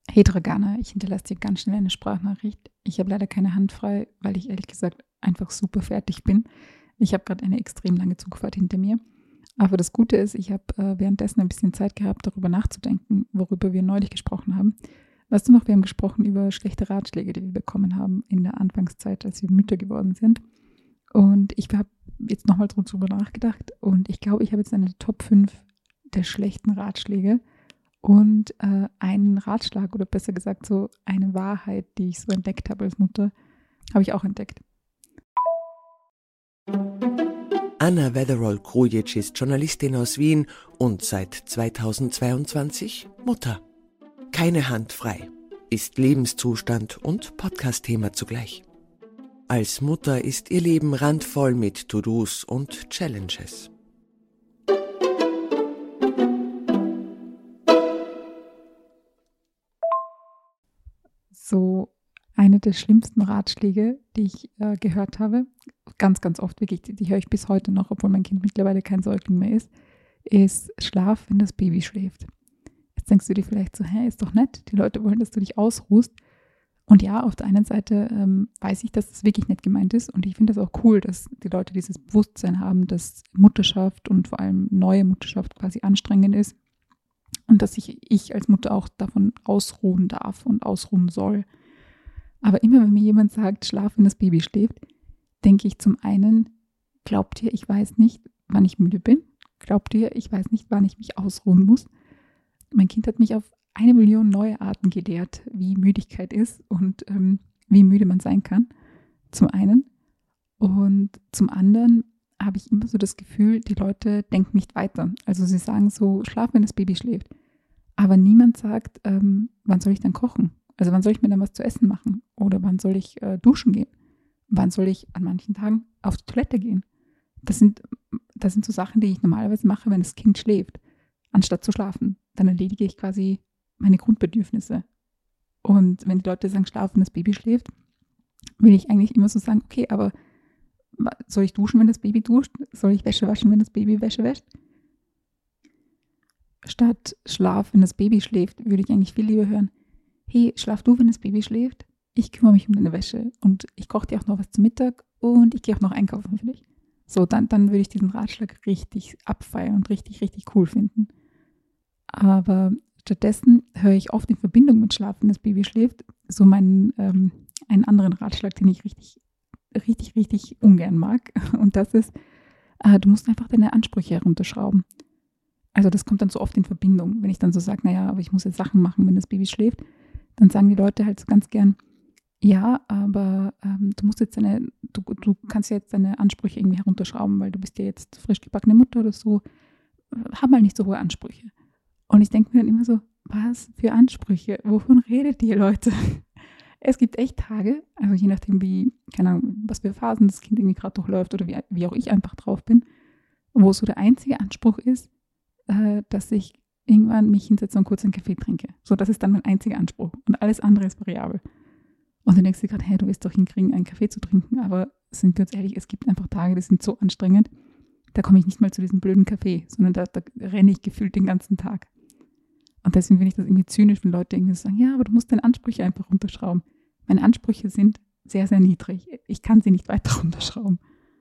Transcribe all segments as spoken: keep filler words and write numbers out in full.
Hey Dragana, ich hinterlasse dir ganz schnell eine Sprachnachricht. Ich habe leider keine Hand frei, weil ich ehrlich gesagt einfach super fertig bin. Ich habe gerade eine extrem lange Zugfahrt hinter mir. Aber das Gute ist, ich habe äh, währenddessen ein bisschen Zeit gehabt, darüber nachzudenken, worüber wir neulich gesprochen haben. Weißt du noch, wir haben gesprochen über schlechte Ratschläge, die wir bekommen haben in der Anfangszeit, als wir Mütter geworden sind. Und ich habe jetzt nochmal drüber nachgedacht und ich glaube, ich habe jetzt eine Top fünf der schlechten Ratschläge. Und äh, einen Ratschlag oder besser gesagt so eine Wahrheit, die ich so entdeckt habe als Mutter, habe ich auch entdeckt. Anna Weatherall-Krujic ist Journalistin aus Wien und seit zweitausendzweiundzwanzig Mutter. Keine Hand frei, ist Lebenszustand und Podcast-Thema zugleich. Als Mutter ist ihr Leben randvoll mit To-Dos und Challenges. So eine der schlimmsten Ratschläge, die ich äh, gehört habe, ganz, ganz oft wirklich, die, die höre ich bis heute noch, obwohl mein Kind mittlerweile kein Säugling mehr ist, ist Schlaf, wenn das Baby schläft. Jetzt denkst du dir vielleicht so, hä, ist doch nett, die Leute wollen, dass du dich ausruhst. Und ja, auf der einen Seite ähm, weiß ich, dass das wirklich nett gemeint ist und ich finde das auch cool, dass die Leute dieses Bewusstsein haben, dass Mutterschaft und vor allem neue Mutterschaft quasi anstrengend ist. Und dass ich, ich als Mutter auch davon ausruhen darf und ausruhen soll. Aber immer wenn mir jemand sagt, schlaf, wenn das Baby schläft, denke ich zum einen, glaubt ihr, ich weiß nicht, wann ich müde bin? Glaubt ihr, ich weiß nicht, wann ich mich ausruhen muss? Mein Kind hat mich auf eine Million neue Arten gelehrt, wie Müdigkeit ist und ähm, wie müde man sein kann. Zum einen. Und zum anderen habe ich immer so das Gefühl, die Leute denken nicht weiter. Also sie sagen so, schlaf, wenn das Baby schläft. Aber niemand sagt, ähm, wann soll ich dann kochen? Also wann soll ich mir dann was zu essen machen? Oder wann soll ich äh, duschen gehen? Wann soll ich an manchen Tagen auf die Toilette gehen? Das sind, das sind so Sachen, die ich normalerweise mache, wenn das Kind schläft, anstatt zu schlafen. Dann erledige ich quasi meine Grundbedürfnisse. Und wenn die Leute sagen, schlaf, wenn das Baby schläft, will ich eigentlich immer so sagen, okay, aber soll ich duschen, wenn das Baby duscht? Soll ich Wäsche waschen, wenn das Baby Wäsche wäscht? Statt Schlaf, wenn das Baby schläft, würde ich eigentlich viel lieber hören, hey, schlaf du, wenn das Baby schläft? Ich kümmere mich um deine Wäsche und ich koche dir auch noch was zum Mittag und ich gehe auch noch einkaufen für dich. So, dann, dann würde ich diesen Ratschlag richtig abfeiern und richtig, richtig cool finden. Aber stattdessen höre ich oft in Verbindung mit Schlaf, wenn das Baby schläft, so meinen, ähm, einen anderen Ratschlag, den ich richtig richtig, richtig ungern mag. Und das ist, äh, du musst einfach deine Ansprüche herunterschrauben. Also das kommt dann so oft in Verbindung. Wenn ich dann so sage, naja, aber ich muss jetzt Sachen machen, wenn das Baby schläft, dann sagen die Leute halt so ganz gern, ja, aber ähm, du musst jetzt deine, du, du kannst ja jetzt deine Ansprüche irgendwie herunterschrauben, weil du bist ja jetzt frisch gebackene Mutter oder so. Hab mal nicht so hohe Ansprüche. Und ich denke mir dann immer so, was für Ansprüche? Wovon redet ihr, Leute? Es gibt echt Tage, also je nachdem, wie, keine Ahnung, was für Phasen das Kind irgendwie gerade durchläuft oder wie, wie auch ich einfach drauf bin, wo so der einzige Anspruch ist, äh, dass ich irgendwann mich hinsetze und kurz einen Kaffee trinke. So, das ist dann mein einziger Anspruch. Und alles andere ist variabel. Und dann denkst du gerade, hey, du wirst doch hinkriegen, einen Kaffee zu trinken, aber sind wir uns ehrlich, es gibt einfach Tage, die sind so anstrengend, da komme ich nicht mal zu diesem blöden Kaffee, sondern da, da renne ich gefühlt den ganzen Tag. Und deswegen finde ich das irgendwie zynisch, wenn Leute irgendwie sagen, ja, aber du musst deine Ansprüche einfach runterschrauben. Meine Ansprüche sind sehr, sehr niedrig. Ich kann sie nicht weiter runterschrauben.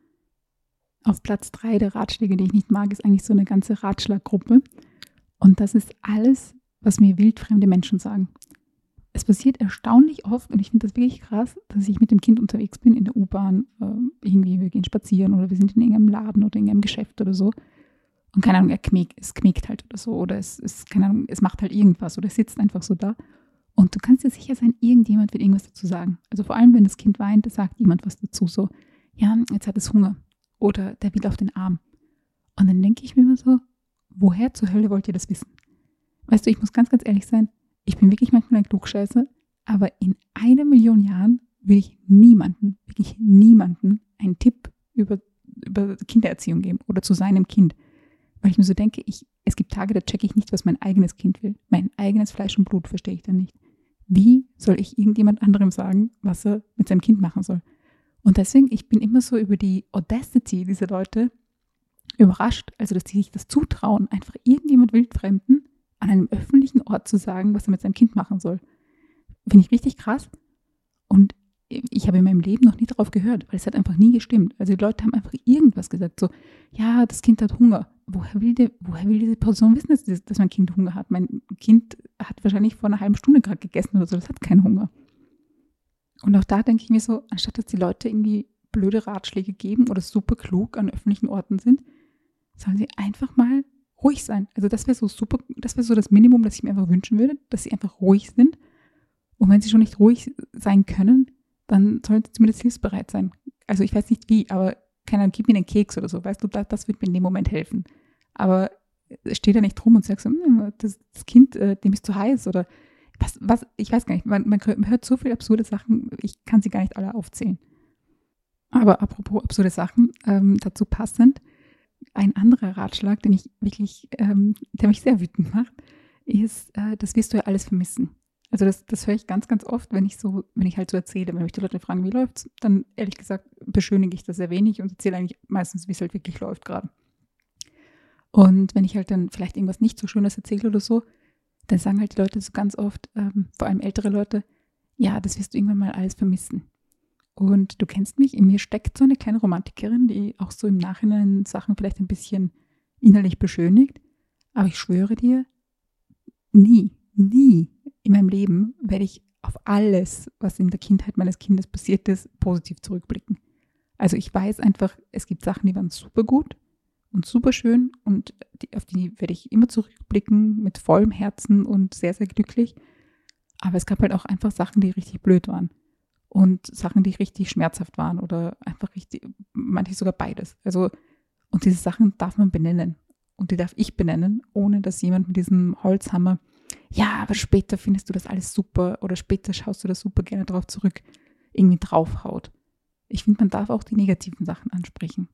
Auf Platz drei der Ratschläge, die ich nicht mag, ist eigentlich so eine ganze Ratschlaggruppe. Und das ist alles, was mir wildfremde Menschen sagen. Es passiert erstaunlich oft, und ich finde das wirklich krass, dass ich mit dem Kind unterwegs bin, in der U-Bahn, äh, irgendwie, wir gehen spazieren oder wir sind in irgendeinem Laden oder in irgendeinem Geschäft oder so. Und keine Ahnung, er knickt, es knickt halt oder so. Oder es ist, keine Ahnung, es macht halt irgendwas oder es sitzt einfach so da. Und du kannst dir sicher sein, irgendjemand wird irgendwas dazu sagen. Also vor allem, wenn das Kind weint, sagt jemand was dazu. So, ja, jetzt hat es Hunger. Oder der will auf den Arm. Und dann denke ich mir immer so, woher zur Hölle wollt ihr das wissen? Weißt du, ich muss ganz, ganz ehrlich sein, ich bin wirklich manchmal ein Klugscheißer, aber in einer Million Jahren will ich niemanden, wirklich niemanden einen Tipp über, über Kindererziehung geben oder zu seinem Kind. Weil ich mir so denke, ich, es gibt Tage, da checke ich nicht, was mein eigenes Kind will. Mein eigenes Fleisch und Blut verstehe ich dann nicht. Wie soll ich irgendjemand anderem sagen, was er mit seinem Kind machen soll? Und deswegen, ich bin immer so über die Audacity dieser Leute überrascht, also dass die sich das zutrauen, einfach irgendjemand Wildfremden an einem öffentlichen Ort zu sagen, was er mit seinem Kind machen soll. finde ich richtig krass. Und ich habe in meinem Leben noch nie drauf gehört, weil es hat einfach nie gestimmt. Also die Leute haben einfach irgendwas gesagt, so, ja, das Kind hat Hunger. Woher will, die, woher will diese Person wissen, dass, dass mein Kind Hunger hat? Mein Kind hat wahrscheinlich vor einer halben Stunde gerade gegessen oder so, das hat keinen Hunger. Und auch da denke ich mir so, anstatt dass die Leute irgendwie blöde Ratschläge geben oder super klug an öffentlichen Orten sind, sollen sie einfach mal ruhig sein. Also das wäre so super, das wäre so das Minimum, das ich mir einfach wünschen würde, dass sie einfach ruhig sind. Und wenn sie schon nicht ruhig sein können, dann sollen sie zumindest hilfsbereit sein. Also ich weiß nicht wie, aber keine Ahnung, gib mir einen Keks oder so, weißt du, das, das wird mir in dem Moment helfen. Aber steh da nicht rum und sag so, das, das Kind, dem ist zu heiß oder was, was, ich weiß gar nicht, man, man hört so viele absurde Sachen, ich kann sie gar nicht alle aufzählen. Aber apropos absurde Sachen, ähm, dazu passend, ein anderer Ratschlag, den ich wirklich, ähm, der mich sehr wütend macht, ist, äh, das wirst du ja alles vermissen. Also das, das höre ich ganz, ganz oft, wenn ich so, wenn ich halt so erzähle, wenn mich die Leute fragen, wie läuft's, dann ehrlich gesagt beschönige ich das sehr wenig und erzähle eigentlich meistens, wie es halt wirklich läuft gerade. Und wenn ich halt dann vielleicht irgendwas nicht so Schönes erzähle oder so, dann sagen halt die Leute so ganz oft, ähm, vor allem ältere Leute, ja, das wirst du irgendwann mal alles vermissen. Und du kennst mich, in mir steckt so eine kleine Romantikerin, die auch so im Nachhinein Sachen vielleicht ein bisschen innerlich beschönigt. Aber ich schwöre dir, nie, nie in meinem Leben werde ich auf alles, was in der Kindheit meines Kindes passiert ist, positiv zurückblicken. Also ich weiß einfach, es gibt Sachen, die waren super gut und super schön und die, auf die werde ich immer zurückblicken mit vollem Herzen und sehr, sehr glücklich. Aber es gab halt auch einfach Sachen, die richtig blöd waren. Und Sachen, die richtig schmerzhaft waren oder einfach richtig, manche sogar beides. Also, und diese Sachen darf man benennen. Und die darf ich benennen, ohne dass jemand mit diesem Holzhammer, ja, aber später findest du das alles super oder später schaust du da super gerne drauf zurück, irgendwie draufhaut. Ich finde, man darf auch die negativen Sachen ansprechen.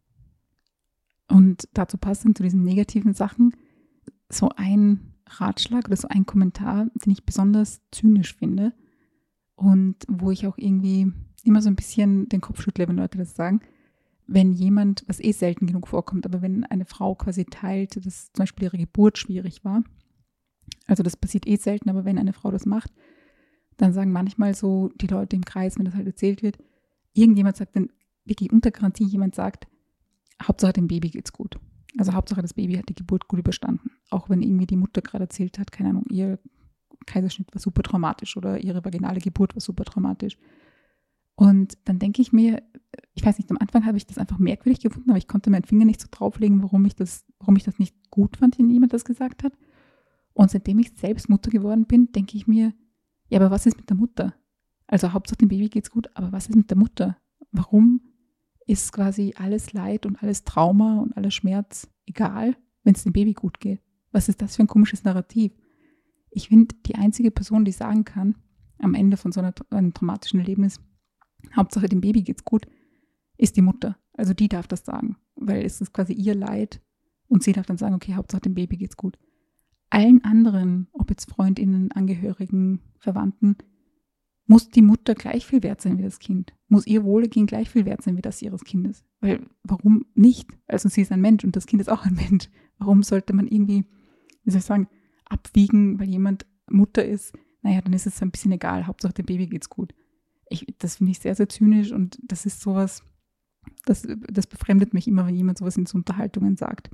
Und dazu passend zu diesen negativen Sachen so ein Ratschlag oder so ein Kommentar, den ich besonders zynisch finde, und wo ich auch irgendwie immer so ein bisschen den Kopf schüttle, wenn Leute das sagen. Wenn jemand, was eh selten genug vorkommt, aber wenn eine Frau quasi teilt, dass zum Beispiel ihre Geburt schwierig war, also das passiert eh selten, aber wenn eine Frau das macht, dann sagen manchmal so die Leute im Kreis, wenn das halt erzählt wird, irgendjemand sagt dann, wirklich unter Garantie, jemand sagt, Hauptsache dem Baby geht's gut. Also Hauptsache das Baby hat die Geburt gut überstanden. Auch wenn irgendwie die Mutter gerade erzählt hat, keine Ahnung, ihr Kaiserschnitt war super traumatisch oder ihre vaginale Geburt war super traumatisch. Und dann denke ich mir, ich weiß nicht, am Anfang habe ich das einfach merkwürdig gefunden, aber ich konnte meinen Finger nicht so drauflegen, warum ich das, warum ich das nicht gut fand, wenn jemand das gesagt hat. Und seitdem ich selbst Mutter geworden bin, denke ich mir, ja, aber was ist mit der Mutter? Also Hauptsache dem Baby geht's gut, aber was ist mit der Mutter? Warum ist quasi alles Leid und alles Trauma und alles Schmerz egal, wenn es dem Baby gut geht? Was ist das für ein komisches Narrativ? Ich finde, die einzige Person, die sagen kann, am Ende von so einer, einem traumatischen Erlebnis, Hauptsache dem Baby geht's gut, ist die Mutter. Also die darf das sagen, weil es ist quasi ihr Leid und sie darf dann sagen, okay, Hauptsache dem Baby geht's gut. Allen anderen, ob jetzt FreundInnen, Angehörigen, Verwandten, muss die Mutter gleich viel wert sein wie das Kind. Muss ihr Wohlergehen gleich viel wert sein wie das ihres Kindes. Weil, warum nicht? Also sie ist ein Mensch und das Kind ist auch ein Mensch. Warum sollte man irgendwie, wie soll ich sagen, abwiegen, weil jemand Mutter ist? Naja, dann ist es ein bisschen egal. Hauptsache dem Baby geht's gut. Ich, das finde ich sehr, sehr zynisch und das ist sowas, das, das befremdet mich immer, wenn jemand sowas in so Unterhaltungen sagt.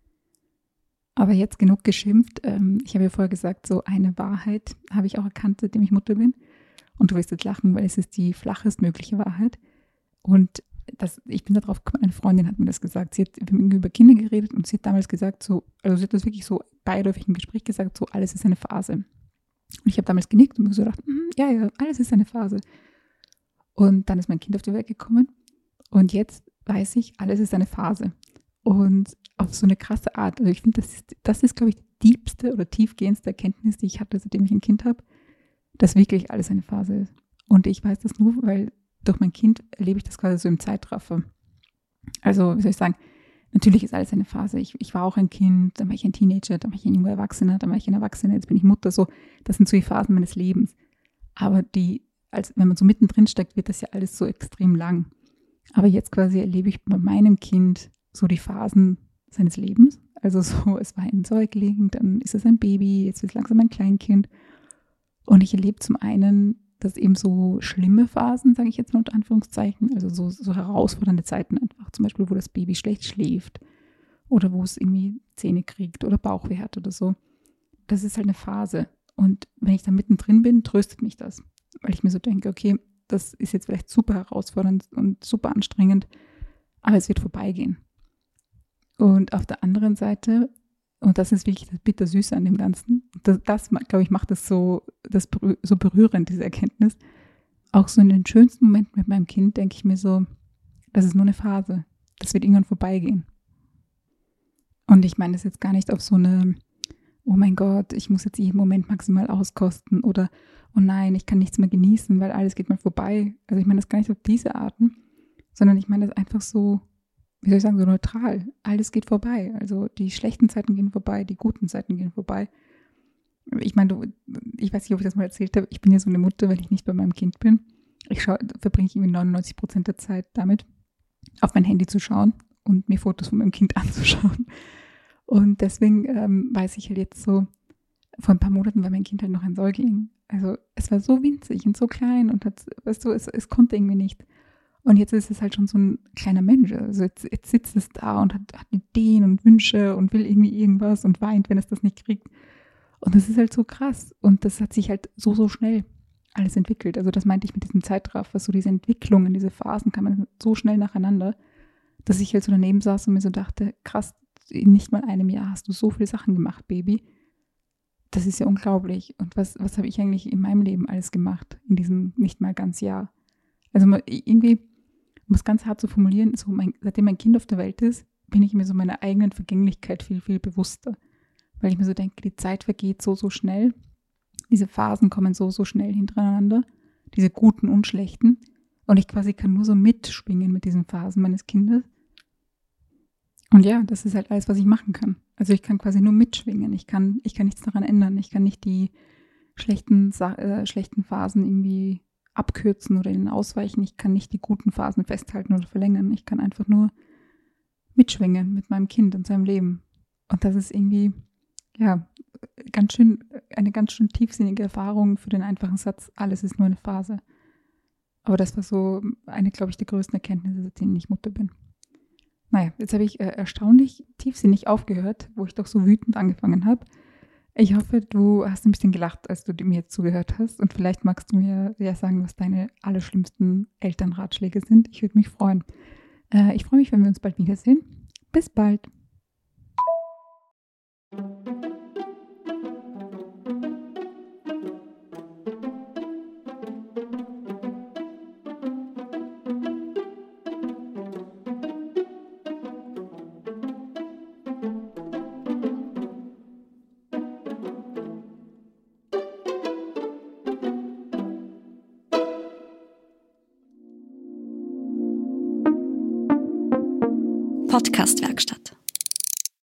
Aber jetzt genug geschimpft. Ich habe ja vorher gesagt, so eine Wahrheit habe ich auch erkannt, seitdem ich Mutter bin. Und du wirst jetzt lachen, weil es ist die flachestmögliche Wahrheit. Und das, ich bin da drauf gekommen, eine Freundin hat mir das gesagt. Sie hat wir haben über Kinder geredet und sie hat damals gesagt, so, also sie hat das wirklich so beiläufig im Gespräch gesagt, so alles ist eine Phase. Und ich habe damals genickt und mir so gedacht, mm, ja, ja, alles ist eine Phase. Und dann ist mein Kind auf die Welt gekommen und jetzt weiß ich, alles ist eine Phase. Und auf so eine krasse Art. Also ich finde, das ist, das ist, glaube ich, die tiefste oder tiefgehendste Erkenntnis, die ich hatte, seitdem ich ein Kind habe, dass wirklich alles eine Phase ist. Und ich weiß das nur, weil durch mein Kind erlebe ich das quasi so im Zeitraffer. Also, wie soll ich sagen, natürlich ist alles eine Phase. Ich, ich war auch ein Kind, dann war ich ein Teenager, dann war ich ein junger Erwachsener, dann war ich ein Erwachsener, jetzt bin ich Mutter. So, das sind so die Phasen meines Lebens. Aber die, als wenn man so mittendrin steckt, wird das ja alles so extrem lang. Aber jetzt quasi erlebe ich bei meinem Kind so die Phasen seines Lebens. Also so, es war ein Säugling, dann ist es ein Baby, jetzt wird es langsam ein Kleinkind. Und ich erlebe zum einen dass eben so schlimme Phasen, sage ich jetzt mal unter Anführungszeichen, also so, so herausfordernde Zeiten einfach, zum Beispiel, wo das Baby schlecht schläft oder wo es irgendwie Zähne kriegt oder Bauchweh hat oder so, das ist halt eine Phase. Und wenn ich da mittendrin bin, tröstet mich das, weil ich mir so denke, okay, das ist jetzt vielleicht super herausfordernd und super anstrengend, aber es wird vorbeigehen. Und auf der anderen Seite, und das ist wirklich das Bittersüße an dem Ganzen, das, das glaube ich, macht das so, das so berührend, diese Erkenntnis. Auch so in den schönsten Momenten mit meinem Kind denke ich mir so, das ist nur eine Phase, das wird irgendwann vorbeigehen. Und ich meine das jetzt gar nicht auf so eine, oh mein Gott, ich muss jetzt jeden Moment maximal auskosten oder, oh nein, ich kann nichts mehr genießen, weil alles geht mal vorbei. Also ich meine das gar nicht auf diese Arten, sondern ich meine das einfach so, wie soll ich sagen, so neutral. Alles geht vorbei. Also die schlechten Zeiten gehen vorbei, die guten Zeiten gehen vorbei. Ich meine, du, ich weiß nicht, ob ich das mal erzählt habe, ich bin ja so eine Mutter, wenn ich nicht bei meinem Kind bin. Ich schaue, verbringe ich irgendwie neunundneunzig Prozent der Zeit damit, auf mein Handy zu schauen und mir Fotos von meinem Kind anzuschauen. Und deswegen ähm, weiß ich halt jetzt so, vor ein paar Monaten war mein Kind halt noch ein Säugling. Also es war so winzig und so klein und hat, weißt du, es, es konnte irgendwie nicht. Und jetzt ist es halt schon so ein kleiner Mensch. Also jetzt, jetzt sitzt es da und hat, hat Ideen und Wünsche und will irgendwie irgendwas und weint, wenn es das nicht kriegt. Und das ist halt so krass. Und das hat sich halt so, so schnell alles entwickelt. Also das meinte ich mit diesem Zeitraffer, so diese Entwicklungen, diese Phasen kamen so schnell nacheinander, dass ich halt so daneben saß und mir so dachte, krass, in nicht mal einem Jahr hast du so viele Sachen gemacht, Baby. Das ist ja unglaublich. Und was, was habe ich eigentlich in meinem Leben alles gemacht, in diesem nicht mal ganz Jahr? Also irgendwie, um es ganz hart zu formulieren, so mein, seitdem mein Kind auf der Welt ist, bin ich mir so meiner eigenen Vergänglichkeit viel, viel bewusster. Weil ich mir so denke, die Zeit vergeht so, so schnell. Diese Phasen kommen so, so schnell hintereinander. Diese guten und schlechten. Und ich quasi kann nur so mitschwingen mit diesen Phasen meines Kindes. Und ja, das ist halt alles, was ich machen kann. Also ich kann quasi nur mitschwingen. Ich kann, ich kann nichts daran ändern. Ich kann nicht die schlechten, äh, schlechten Phasen irgendwie abkürzen oder ihnen ausweichen. Ich kann nicht die guten Phasen festhalten oder verlängern. Ich kann einfach nur mitschwingen mit meinem Kind und seinem Leben. Und das ist irgendwie, ja, ganz schön, eine ganz schön tiefsinnige Erfahrung für den einfachen Satz, alles ist nur eine Phase. Aber das war so eine, glaube ich, der größten Erkenntnisse, seitdem ich Mutter bin. Naja, jetzt habe ich äh, erstaunlich tiefsinnig aufgehört, wo ich doch so wütend angefangen habe. Ich hoffe, du hast ein bisschen gelacht, als du mir jetzt zugehört hast. Und vielleicht magst du mir ja sagen, was deine allerschlimmsten Elternratschläge sind. Ich würde mich freuen. Äh, ich freue mich, wenn wir uns bald wiedersehen. Bis bald. Podcast-Werkstatt.